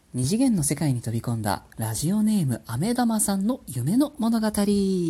二次元の世界に飛び込んだラジオネームあめだまさんの夢の物語。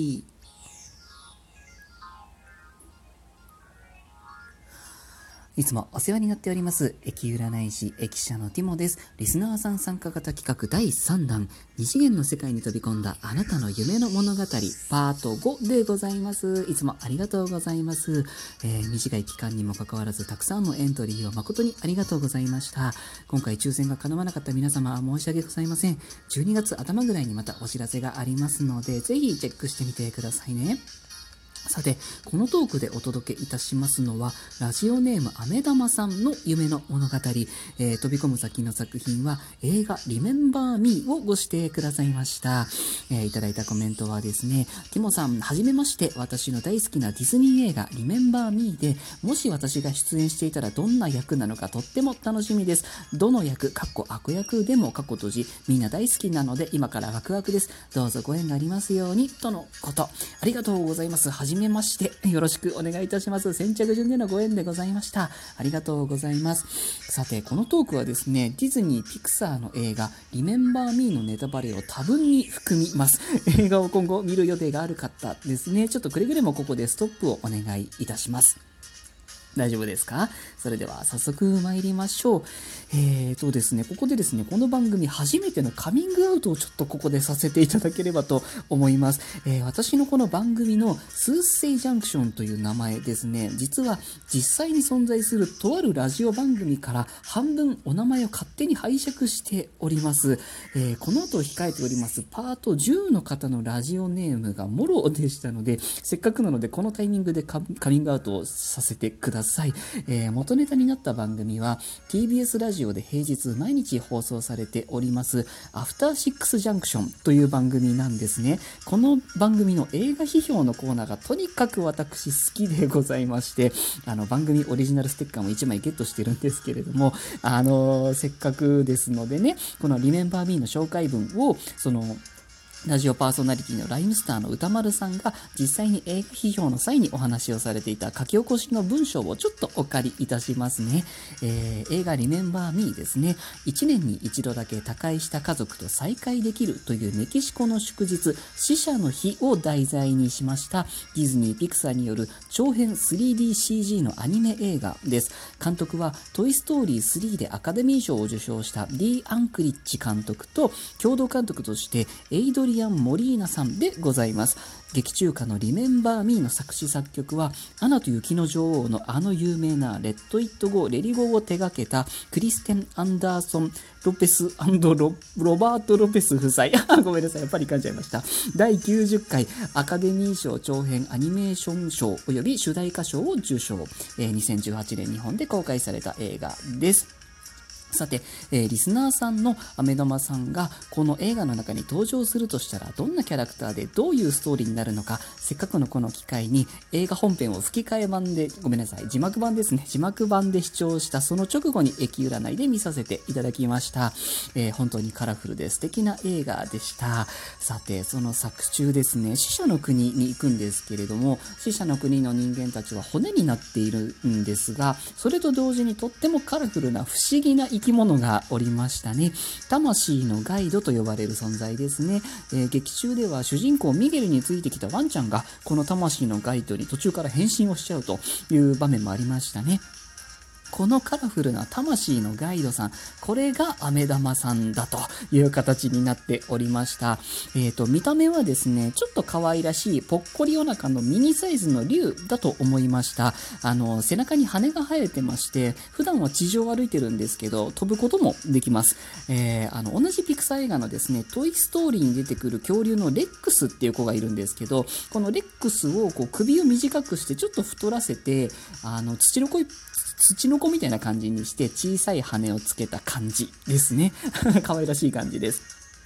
いつもお世話になっております駅占い師駅舎のティモです。リスナーさん参加型企画第3弾、二次元の世界に飛び込んだあなたの夢の物語パート5でございます。いつもありがとうございます。短い期間にもかかわらずたくさんのエントリーを誠にありがとうございました。今回抽選が叶わなかった皆様申し訳ございません。12月頭ぐらいにまたお知らせがありますので、ぜひチェックしてみてくださいね。さて、このトークでお届けいたしますのは、ラジオネームあめだまさんの夢の物語。飛び込む先の作品は映画リメンバーミーをご指定くださいました。いただいたコメントはですね、ティモさん、はじめまして。私の大好きなディズニー映画リメンバーミーで、もし私が出演していたらどんな役なのかとっても楽しみです。どの役、悪役でも閉じ、みんな大好きなので今からワクワクです。どうぞご縁がありますように、とのこと。ありがとうございます。はじめまして。よろしくお願いいたします。先着順でのご縁でございました。ありがとうございます。さて、このトークはですね、ディズニー・ピクサーの映画、リメンバー・ミーのネタバレを多分に含みます。映画を今後見る予定がある方ですね、ちょっとくれぐれもここでストップをお願いいたします。大丈夫ですか？それでは早速参りましょう。ですね、ここでですね、この番組初めてのカミングアウトをちょっとここでさせていただければと思います。私のこの番組のスーセイジャンクションという名前ですね、実は実際に存在するとあるラジオ番組から半分お名前を勝手に拝借しております。この後控えておりますパート10の方のラジオネームがモロでしたので、せっかくなのでこのタイミングでカミングアウトをさせてください。元ネタになった番組は TBS ラジオで平日毎日放送されておりますアフターシックスジャンクションという番組なんですね。この番組の映画批評のコーナーがとにかく私好きでございまして、番組オリジナルステッカーも1枚ゲットしてるんですけれども、せっかくですのでね、このリメンバーミーの紹介文をラジオパーソナリティのライムスターの歌丸さんが実際に映画批評の際にお話をされていた書き起こしの文章をちょっとお借りいたしますね。映画リメンバーミーですね、1年に一度だけ他界した家族と再会できるというメキシコの祝日、死者の日を題材にしましたディズニー・ピクサーによる長編 3DCG のアニメ映画です。監督はトイストーリー3でアカデミー賞を受賞したディ・アンクリッチ監督と、共同監督としてエイドリアン・モリーナさんでございます。劇中歌のリメンバーミーの作詞作曲はアナと雪の女王の有名なレッド・イット・ゴー・レリゴーを手掛けたクリステン・アンダーソン・ロペス&ロバート・ロペス夫妻ごめんなさい、やっぱり噛んじゃいました。第90回アカデミー賞長編アニメーション賞および主題歌賞を受賞、2018年日本で公開された映画です。さて、リスナーさんのあめだまさんがこの映画の中に登場するとしたらどんなキャラクターでどういうストーリーになるのか、せっかくのこの機会に映画本編を吹き替え版で、ごめんなさい、字幕版ですね、字幕版で視聴したその直後に駅占いで見させていただきました。本当にカラフルで素敵な映画でした。さて、その作中ですね、死者の国に行くんですけれども、死者の国の人間たちは骨になっているんですが、それと同時にとってもカラフルな不思議な生き物がおりましたね。魂のガイドと呼ばれる存在ですね。劇中では主人公ミゲルについてきたワンちゃんがこの魂のガイドに途中から変身をしちゃうという場面もありましたね。このカラフルな魂のガイドさん、これがあめだまさんだという形になっておりました。見た目はですね、ちょっと可愛らしいぽっこりお腹のミニサイズの竜だと思いました。背中に羽が生えてまして、普段は地上を歩いてるんですけど、飛ぶこともできます。同じピクサー映画のですね、トイストーリーに出てくる恐竜のレックスっていう子がいるんですけど、このレックスを首を短くしてちょっと太らせて、土の子みたいな感じにして小さい羽をつけた感じですね可愛らしい感じです。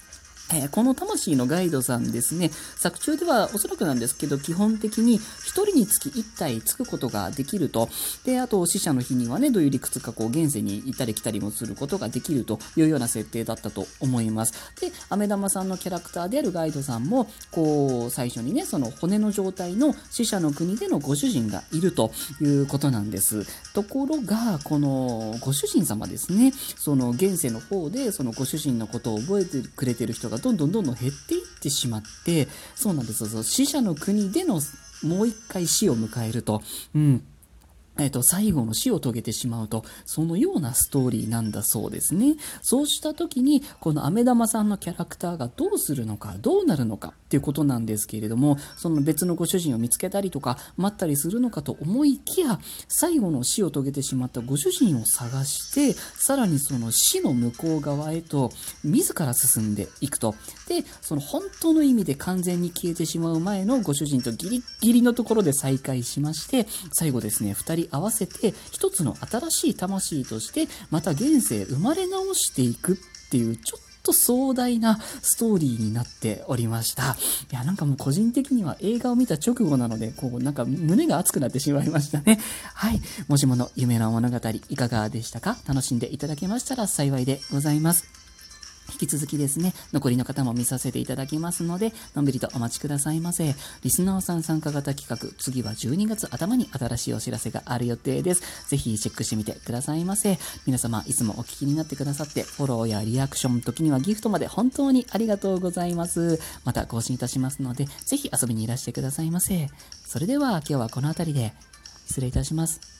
この魂のガイドさんですね、作中ではおそらくなんですけど、基本的に一人につき一体つくことができると。で、あと死者の日にはね、どういう理屈か現世に行ったり来たりもすることができるというような設定だったと思います。で、飴玉さんのキャラクターであるガイドさんも、最初にね、その骨の状態の死者の国でのご主人がいるということなんです。ところが、このご主人様ですね、その現世の方で、そのご主人のことを覚えてくれてる人がどんどん減っていってしまって、そうなんですよ。死者の国でのもう一回死を迎えると。最後の死を遂げてしまうと、そのようなストーリーなんだそうですね。そうした時に、この飴玉さんのキャラクターがどうするのか、どうなるのかっていうことなんですけれども、その別のご主人を見つけたりとか、待ったりするのかと思いきや、最後の死を遂げてしまったご主人を探して、さらにその死の向こう側へと、自ら進んでいくと。で、その本当の意味で完全に消えてしまう前のご主人とギリギリのところで再会しまして、最後ですね、二人合わせて一つの新しい魂としてまた現世生まれ直していくっていうちょっと壮大なストーリーになっておりました。いや、なんかもう個人的には映画を見た直後なので、なんか胸が熱くなってしまいましたね。はい。もしもの夢の物語いかがでしたか？楽しんでいただけましたら幸いでございます。引き続きですね、残りの方も見させていただきますので、のんびりとお待ちくださいませ。リスナーさん参加型企画、次は12月頭に新しいお知らせがある予定です。ぜひチェックしてみてくださいませ。皆様、いつもお聞きになってくださって、フォローやリアクション、時にはギフトまで本当にありがとうございます。また更新いたしますので、ぜひ遊びにいらしてくださいませ。それでは今日はこの辺りで失礼いたします。